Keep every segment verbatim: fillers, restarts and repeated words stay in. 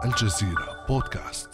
الجزيرة بودكاست.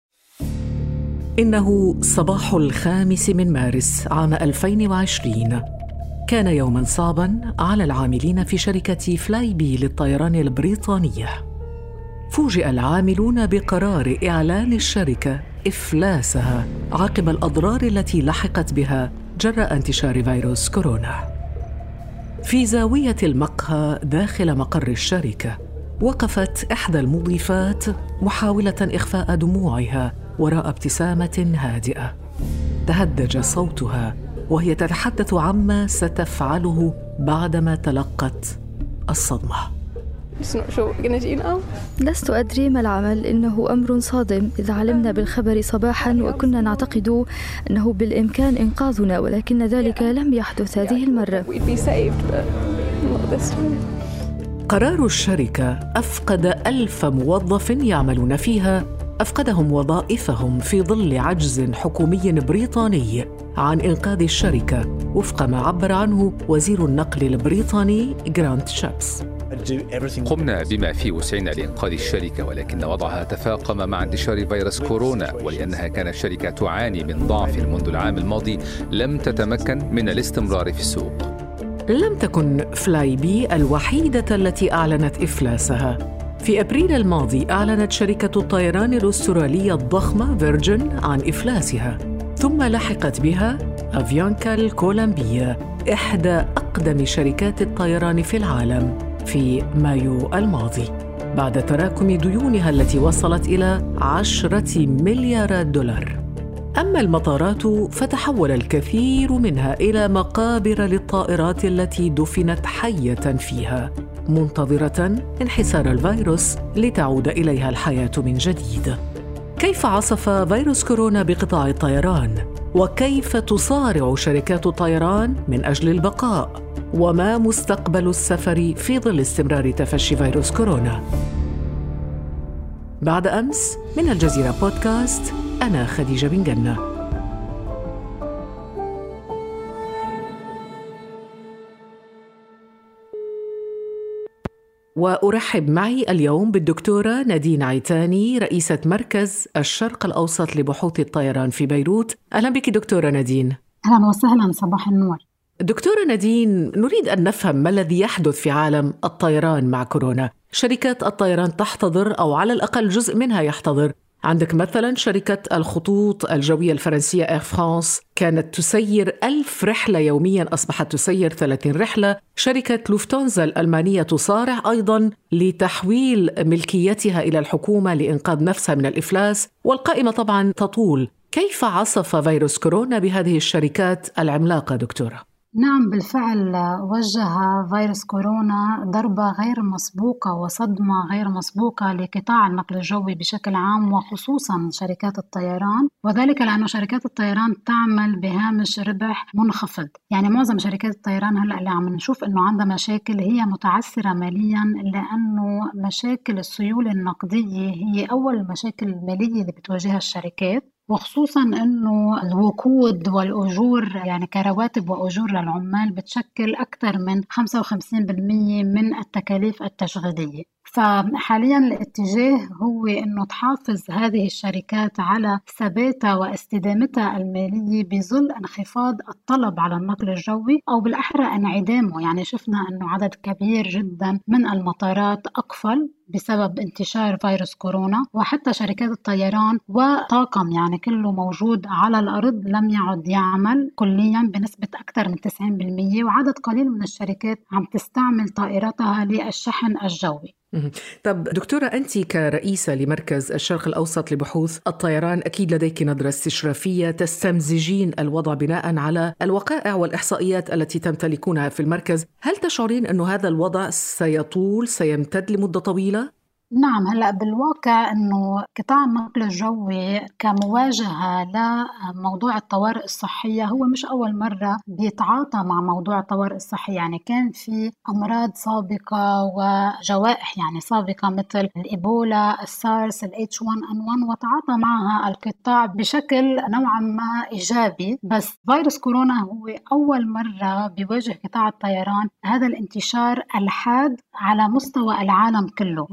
إنه صباح الخامس من مارس عام ألفين وعشرين. كان يوماً صعباً على العاملين في شركة فلاي بي للطيران البريطانية. فوجئ العاملون بقرار إعلان الشركة إفلاسها عقب الأضرار التي لحقت بها جراء انتشار فيروس كورونا. في زاوية المقهى داخل مقر الشركة وقفت إحدى المضيفات محاولة إخفاء دموعها وراء ابتسامة هادئة. تهدج صوتها وهي تتحدث عما ستفعله بعدما تلقت الصدمة. لست أدري ما العمل، إنه أمر صادم. إذا علمنا بالخبر صباحاً وكنا نعتقد أنه بالإمكان إنقاذنا، ولكن ذلك لم يحدث هذه المرة. قرار الشركة أفقد ألف موظف يعملون فيها أفقدهم وظائفهم في ظل عجز حكومي بريطاني عن إنقاذ الشركة، وفق ما عبر عنه وزير النقل البريطاني جرانت شابس. قمنا بما في وسعنا لإنقاذ الشركة، ولكن وضعها تفاقم مع انتشار فيروس كورونا، ولأنها كانت شركة تعاني من ضعف منذ العام الماضي لم تتمكن من الاستمرار في السوق. لم تكن فلاي بي الوحيدة التي أعلنت إفلاسها. في أبريل الماضي أعلنت شركة الطيران الأسترالية الضخمة فيرجن عن إفلاسها، ثم لحقت بها أفيانكا الكولومبية إحدى أقدم شركات الطيران في العالم في مايو الماضي، بعد تراكم ديونها التي وصلت إلى عشرة مليارات دولار. أما المطارات فتحول الكثير منها إلى مقابر للطائرات التي دفنت حية فيها، منتظرة انحسار الفيروس لتعود إليها الحياة من جديد. كيف عصف فيروس كورونا بقطاع الطيران؟ وكيف تصارع شركات الطيران من أجل البقاء؟ وما مستقبل السفر في ظل استمرار تفشي فيروس كورونا؟ بعد أمس من الجزيرة بودكاست، أنا خديجة بن جنة. وأرحب معي اليوم بالدكتورة نادين عيتاني، رئيسة مركز الشرق الأوسط لبحوث الطيران في بيروت. أهلا بك دكتورة نادين. أهلا وسهلا، صباح النور. دكتورة نادين، نريد أن نفهم ما الذي يحدث في عالم الطيران مع كورونا. شركات الطيران تحتضر، أو على الأقل جزء منها يحتضر. عندك مثلا شركة الخطوط الجوية الفرنسية إير فرانس كانت تسير ألف رحلة يوميا، أصبحت تسير ثلاثين رحلة. شركة لوفتانزا الألمانية تصارع أيضا لتحويل ملكيتها إلى الحكومة لإنقاذ نفسها من الإفلاس، والقائمة طبعا تطول. كيف عصف فيروس كورونا بهذه الشركات العملاقة دكتورة؟ نعم، بالفعل وجه فيروس كورونا ضربة غير مسبوقة وصدمة غير مسبوقة لقطاع النقل الجوي بشكل عام، وخصوصا شركات الطيران، وذلك لأن شركات الطيران تعمل بهامش ربح منخفض. يعني معظم شركات الطيران هلأ اللي عم نشوف أنه عندها مشاكل هي متعثرة ماليا، لأنه مشاكل السيولة النقدية هي أول المشاكل المالية اللي بتواجهها الشركات، وخصوصاً أنه الوقود والأجور، يعني كرواتب وأجور للعمال، بتشكل أكثر من خمسة وخمسين بالمئة من التكاليف التشغيلية. فحالياً الاتجاه هو أنه تحافظ هذه الشركات على ثباتها واستدامتها المالية بظل انخفاض الطلب على النقل الجوي، أو بالأحرى انعدامه. يعني شفنا أنه عدد كبير جداً من المطارات أقفل بسبب انتشار فيروس كورونا، وحتى شركات الطيران وطاقم يعني كله موجود على الأرض لم يعد يعمل كليا بنسبة أكثر من تسعين بالمئة، وعدد قليل من الشركات عم تستعمل طائراتها للشحن الجوي. طب دكتورة، أنت كرئيسة لمركز الشرق الأوسط لبحوث الطيران أكيد لديك نظرة استشرافية، تستمزجين الوضع بناء على الوقائع والإحصائيات التي تمتلكونها في المركز. هل تشعرين أن هذا الوضع سيطول سيمتد لمدة طويلة؟ نعم، هلأ بالواقع أنه قطاع النقل الجوي كمواجهة لموضوع الطوارئ الصحية هو مش أول مرة بيتعاطى مع موضوع الطوارئ الصحية. يعني كان في أمراض سابقة وجوائح يعني سابقة مثل الإيبولا، السارس، الإتش وان إن وان، وتعاطى معها القطاع بشكل نوعا ما إيجابي. بس فيروس كورونا هو أول مرة بيواجه قطاع الطيران هذا الانتشار الحاد على مستوى العالم كله.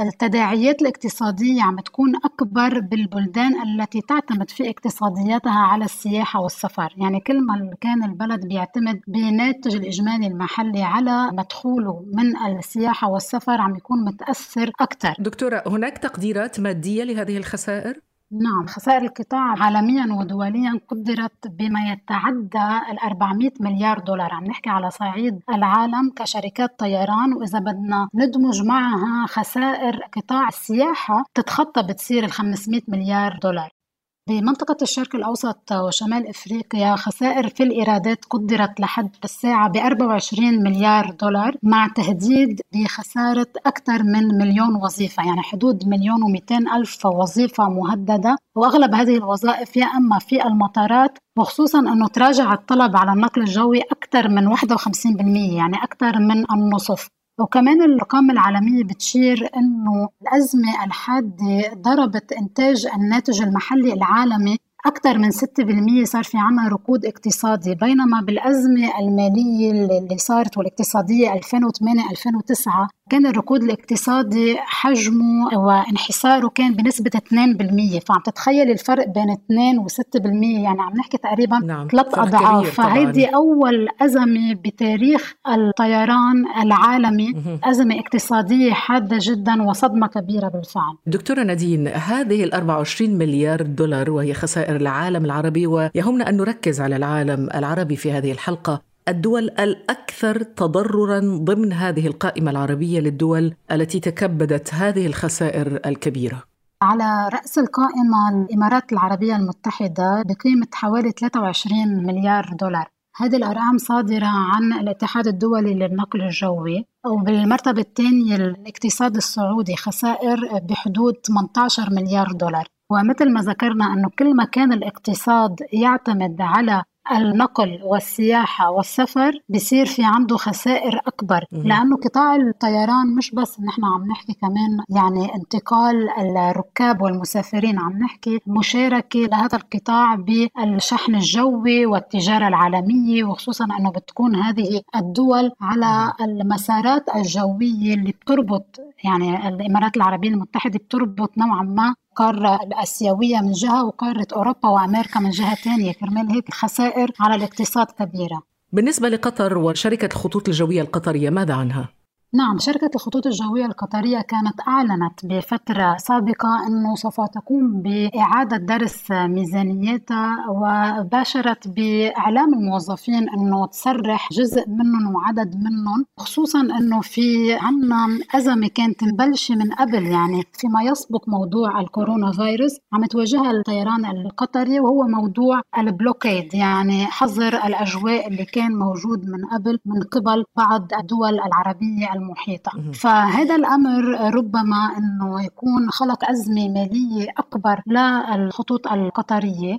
التداعيات الاقتصادية عم تكون أكبر بالبلدان التي تعتمد في اقتصادياتها على السياحة والسفر. يعني كل ما كان البلد بيعتمد بناتج الإجمالي المحلي على مدخوله من السياحة والسفر عم يكون متأثر أكثر. دكتورة، هناك تقديرات مادية لهذه الخسائر؟ نعم، خسائر القطاع عالميا ودوليا قدرت بما يتعدى الأربعمائة مليار دولار. عم نحكي على صعيد العالم كشركات طيران، وإذا بدنا ندمج معها خسائر قطاع السياحة تتخطى بتصير الخمسمائة مليار دولار. بمنطقة الشرق الأوسط وشمال إفريقيا خسائر في الإيرادات قدرت لحد الساعة ب أربعة وعشرين مليار دولار، مع تهديد بخسارة أكثر من مليون وظيفة، يعني حدود مليون ومئتين ألف وظيفة مهددة. وأغلب هذه الوظائف يا أما في المطارات، وخصوصا أنه تراجع الطلب على النقل الجوي أكثر من واحد وخمسين بالمئة، يعني أكثر من النصف. وكمان الأرقام العالمية بتشير أنه الأزمة الحادة ضربت إنتاج الناتج المحلي العالمي أكثر من ستة بالمئة، صار في عنا ركود اقتصادي. بينما بالأزمة المالية اللي صارت والاقتصادية ألفين وثمانية ألفين وتسعة كان الركود الاقتصادي حجمه وانحساره كان بنسبة اثنين بالمئة. فعم تتخيل الفرق بين اثنين وستة بالمئة، يعني عم نحكي تقريبا نعم. ثلاث أضعاف. فهيدي أول أزمة بتاريخ الطيران العالمي، مه. أزمة اقتصادية حادة جدا وصدمة كبيرة بالفعل. دكتورة نادين، هذه الأربعة وعشرين مليار دولار وهي خسائر العالم العربي، ويهمنا أن نركز على العالم العربي في هذه الحلقة. الدول الأكثر تضرراً ضمن هذه القائمة العربية للدول التي تكبدت هذه الخسائر الكبيرة. على رأس القائمة الإمارات العربية المتحدة بقيمة حوالي ثلاثة وعشرين مليار دولار. هذه الأرقام صادرة عن الاتحاد الدولي للنقل الجوي. وبالمرتبة الثانية الاقتصاد السعودي خسائر بحدود ثمانية عشر مليار دولار. ومثل ما ذكرنا أنه كل ما كان الاقتصاد يعتمد على النقل والسياحة والسفر بيصير في عنده خسائر أكبر، لأنه قطاع الطيران مش بس نحن عم نحكي كمان يعني انتقال الركاب والمسافرين، عم نحكي مشاركة لهذا القطاع بالشحن الجوي والتجارة العالمية، وخصوصا أنه بتكون هذه الدول على المسارات الجوية اللي بتربط، يعني الإمارات العربية المتحدة بتربط نوعا ما القارة الآسيوية من جهة وقارة أوروبا وأمريكا من جهة تانية. كرمال هيك الخسائر على الاقتصاد كبيرة. بالنسبة لقطر وشركة الخطوط الجوية القطرية، ماذا عنها؟ نعم، شركة الخطوط الجوية القطرية كانت أعلنت بفترة سابقة أنه سوف تقوم بإعادة درس ميزانيتها، وباشرت بإعلام الموظفين أنه تسرح جزء منهم وعدد منهم، خصوصا أنه في عنا أزمة كانت مبلشة من قبل، يعني فيما يسبق موضوع الكورونا فيروس عم تواجهها الطيران القطري، وهو موضوع البلوكيد، يعني حظر الأجواء اللي كان موجود من قبل من قبل بعض الدول العربية المحيطة. فهذا الأمر ربما أنه يكون خلق أزمة مالية أكبر للخطوط القطرية،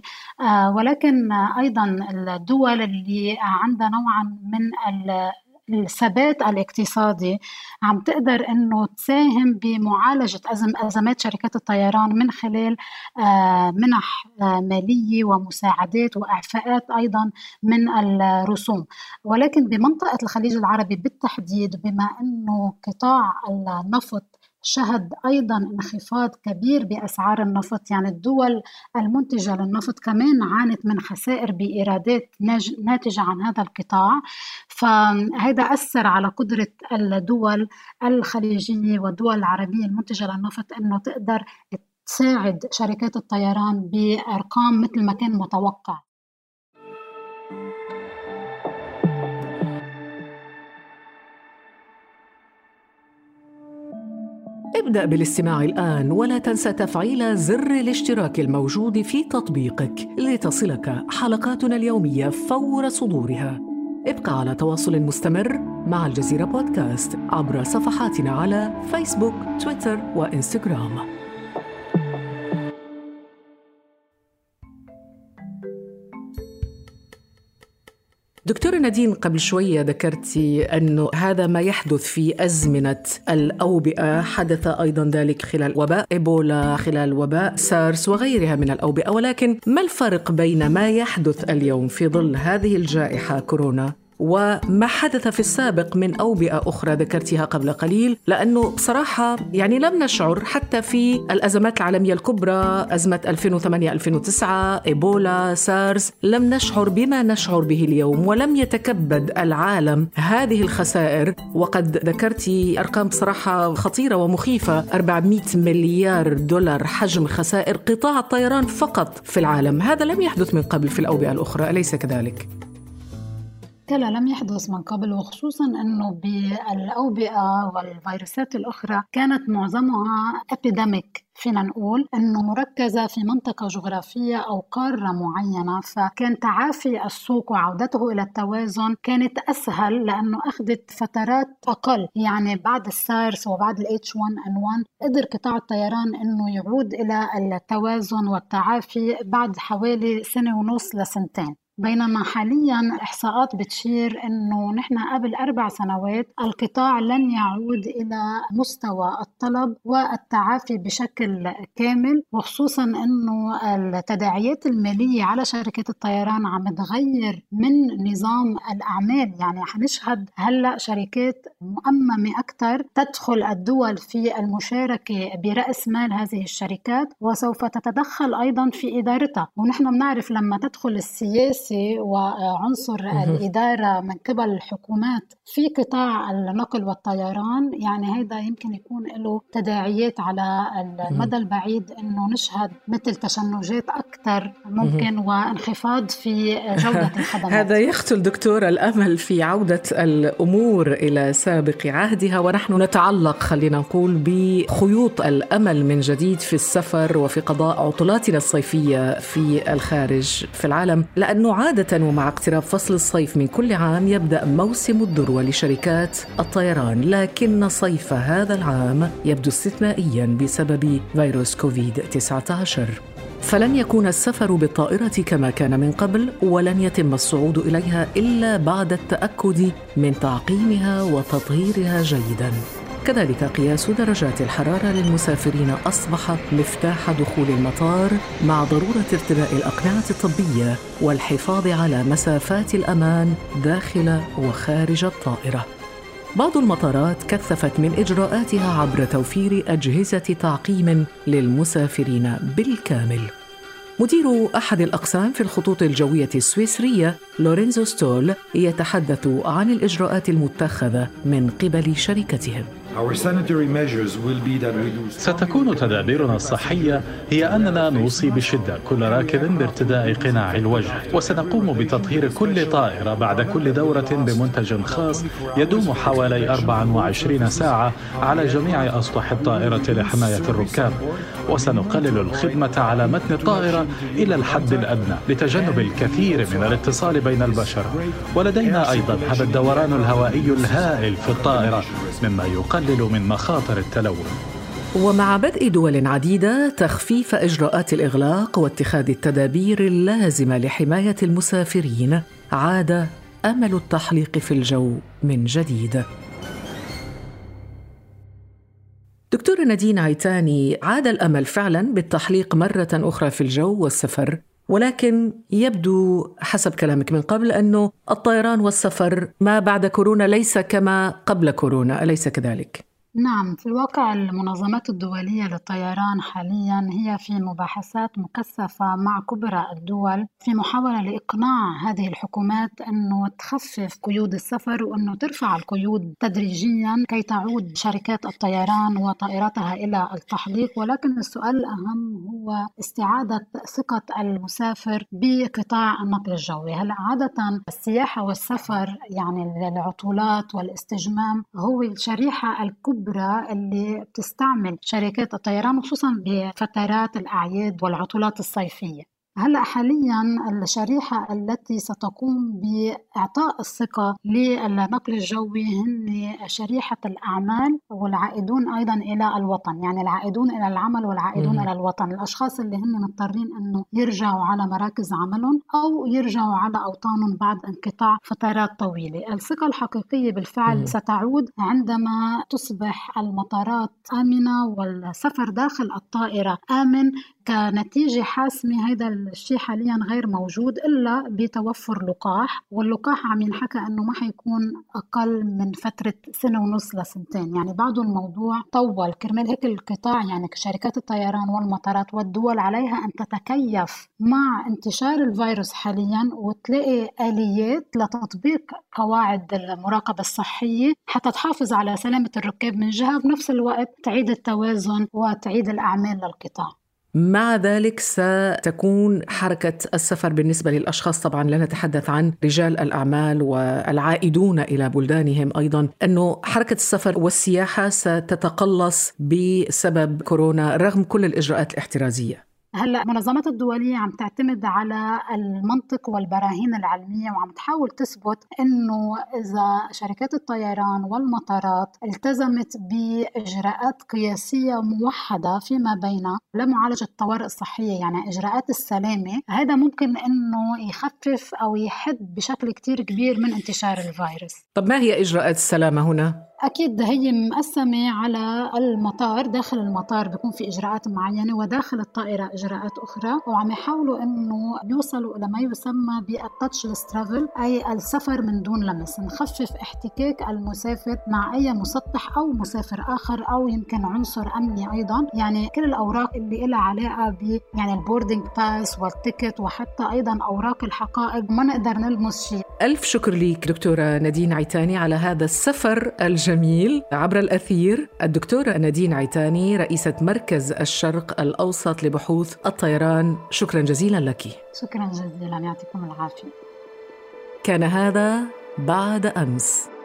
ولكن أيضا الدول اللي عندها نوعا من الثبات الاقتصادي عم تقدر أنه تساهم بمعالجة أزم أزمات شركات الطيران من خلال منح مالية ومساعدات وإعفاءات أيضا من الرسوم. ولكن بمنطقة الخليج العربي بالتحديد، بما أنه قطاع النفط شهد أيضا انخفاض كبير بأسعار النفط، يعني الدول المنتجة للنفط كمان عانت من خسائر بإيرادات ناتجة عن هذا القطاع. فهذا أثر على قدرة الدول الخليجية والدول العربية المنتجة للنفط أنه تقدر تساعد شركات الطيران بأرقام مثل ما كان متوقع. ابدأ بالاستماع الآن، ولا تنسى تفعيل زر الاشتراك الموجود في تطبيقك لتصلك حلقاتنا اليومية فور صدورها. ابقى على تواصل مستمر مع الجزيرة بودكاست عبر صفحاتنا على فيسبوك، تويتر وإنستغرام. دكتورة نادين، قبل شوية ذكرتي أنه هذا ما يحدث في أزمنة الأوبئة حدث أيضا ذلك خلال وباء إيبولا، خلال وباء سارس وغيرها من الأوبئة، ولكن ما الفرق بين ما يحدث اليوم في ظل هذه الجائحة كورونا وما حدث في السابق من أوبئة أخرى ذكرتها قبل قليل، لأنه بصراحة يعني لم نشعر حتى في الأزمات العالمية الكبرى، أزمة ألفين وثمانية ألفين وتسعة، إيبولا، سارس، لم نشعر بما نشعر به اليوم، ولم يتكبد العالم هذه الخسائر. وقد ذكرتي أرقام بصراحة خطيرة ومخيفة، أربعمائة مليار دولار حجم خسائر قطاع الطيران فقط في العالم. هذا لم يحدث من قبل في الأوبئة الأخرى، أليس كذلك؟ كلا لم يحدث من قبل، وخصوصا أنه بالأوبئة والفيروسات الأخرى كانت معظمها ابيديميك، فينا نقول أنه مركزة في منطقة جغرافية أو قارة معينة، فكان تعافي السوق وعودته إلى التوازن كانت أسهل لأنه أخذت فترات أقل. يعني بعد السارس وبعد ال إتش واحد إن واحد قدر قطاع الطيران أنه يعود إلى التوازن والتعافي بعد حوالي سنة ونص لسنتين، بينما حالياً الإحصاءات بتشير أنه نحن قبل أربع سنوات القطاع لن يعود إلى مستوى الطلب والتعافي بشكل كامل، وخصوصاً أنه التداعيات المالية على شركات الطيران عم تغير من نظام الأعمال. يعني حنشهد هلأ شركات مؤممة أكثر تدخل الدول في المشاركة برأس مال هذه الشركات، وسوف تتدخل أيضاً في إدارتها. ونحن بنعرف لما تدخل السياسة وعنصر الإدارة من قبل الحكومات في قطاع النقل والطيران، يعني هذا يمكن يكون له تداعيات على المدى البعيد، أنه نشهد مثل تشنجات أكثر ممكن وانخفاض في جودة الخدمات. هذا يقتل دكتور الأمل في عودة الأمور إلى سابق عهدها، ونحن نتعلق خلينا نقول بخيوط الأمل من جديد في السفر وفي قضاء عطلاتنا الصيفية في الخارج في العالم، لأنه عادة ومع اقتراب فصل الصيف من كل عام يبدأ موسم الذروة لشركات الطيران، لكن صيف هذا العام يبدو استثنائيا بسبب فيروس كوفيد تسعة عشر. فلن يكون السفر بالطائرة كما كان من قبل، ولن يتم الصعود إليها إلا بعد التأكد من تعقيمها وتطهيرها جيدا. كذلك قياس درجات الحرارة للمسافرين أصبح مفتاح دخول المطار، مع ضرورة ارتداء الأقنعة الطبية والحفاظ على مسافات الأمان داخل وخارج الطائرة. بعض المطارات كثفت من إجراءاتها عبر توفير أجهزة تعقيم للمسافرين بالكامل. مدير أحد الأقسام في الخطوط الجوية السويسرية لورينزو ستول يتحدث عن الإجراءات المتخذة من قبل شركتهم. ستكون تدابيرنا الصحية هي أننا نوصي بشدة كل راكب بارتداء قناع الوجه، وسنقوم بتطهير كل طائرة بعد كل دورة بمنتج خاص يدوم حوالي أربع وعشرين ساعة على جميع أسطح الطائرة لحماية الركاب، وسنقلل الخدمة على متن الطائرة إلى الحد الأدنى لتجنب الكثير من الاتصال بين البشر. ولدينا أيضا هذا الدوران الهوائي الهائل في الطائرة مما يقلل من مخاطر التلوث. ومع بدء دول عديدة تخفيف إجراءات الإغلاق واتخاذ التدابير اللازمة لحماية المسافرين، عاد أمل التحليق في الجو من جديد. دكتورة نادين عيتاني، عاد الأمل فعلا بالتحليق مرة أخرى في الجو والسفر، ولكن يبدو حسب كلامك من قبل أنه الطيران والسفر ما بعد كورونا ليس كما قبل كورونا، أليس كذلك؟ نعم، في الواقع المنظمات الدولية للطيران حاليا هي في مباحثات مكثفة مع كبرى الدول في محاولة لإقناع هذه الحكومات أنه تخفف قيود السفر وأنه ترفع القيود تدريجيا كي تعود شركات الطيران وطائراتها إلى التحليق. ولكن السؤال الأهم هو استعادة ثقة المسافر بقطاع النقل الجوي. هلا عادة السياحة والسفر، يعني العطولات والاستجمام، هو الشريحة الكبرى اللي بتستعمل شركات الطيران خصوصا بفترات الأعياد والعطلات الصيفية. هلأ حالياً الشريحة التي ستقوم بإعطاء الثقة للنقل الجوي هن شريحة الأعمال والعائدون أيضاً إلى الوطن، يعني العائدون إلى العمل والعائدون إلى الوطن، الأشخاص اللي هن مضطرين أنه يرجعوا على مراكز عملهم أو يرجعوا على أوطانهم بعد انقطاع فترات طويلة. الثقة الحقيقية بالفعل مم. ستعود عندما تصبح المطارات آمنة والسفر داخل الطائرة آمن كنتيجة حاسمة. هذا الشيء حاليا غير موجود إلا بتوفر لقاح، واللقاح عم ينحكى أنه ما حيكون أقل من فترة سنة ونص لسنتين. يعني بعد الموضوع طول كرمال هيك القطاع، يعني شركات الطيران والمطارات والدول عليها أن تتكيف مع انتشار الفيروس حاليا وتلاقي آليات لتطبيق قواعد المراقبة الصحية حتى تحافظ على سلامة الركاب من جهة، بنفس الوقت تعيد التوازن وتعيد الأعمال للقطاع. مع ذلك ستكون حركة السفر بالنسبة للأشخاص، طبعا لا نتحدث عن رجال الأعمال والعائدون إلى بلدانهم أيضا، أنه حركة السفر والسياحة ستتقلص بسبب كورونا رغم كل الإجراءات الاحترازية. هلأ المنظمات الدولية عم تعتمد على المنطق والبراهين العلمية وعم تحاول تثبت أنه إذا شركات الطيران والمطارات التزمت بإجراءات قياسية موحدة فيما بينها لمعالجة الطوارئ الصحية، يعني إجراءات السلامة، هذا ممكن أنه يخفف أو يحد بشكل كتير كبير من انتشار الفيروس. طب ما هي إجراءات السلامة هنا؟ أكيد هي مقسمة على المطار، داخل المطار بيكون في إجراءات معينة وداخل الطائرة إجراءات أخرى، وعم يحاولوا أنه يوصلوا إلى ما يسمى بالتاتشلس ترافل، أي السفر من دون لمس، نخفف احتكاك المسافر مع أي مسطح أو مسافر آخر أو يمكن عنصر أمني أيضا. يعني كل الأوراق اللي لها علاقة ب يعني البوردينج باس والتيكت وحتى أيضا أوراق الحقائق ما نقدر نلمس شيء. ألف شكر ليك دكتورة نادين عيتاني على هذا السفر الجميل عبر الأثير. الدكتورة نادين عيتاني رئيسة مركز الشرق الأوسط لبحوث الطيران، شكرا جزيلا لك. شكرا جزيلا، يعطيكم العافية. كان هذا بعد أمس.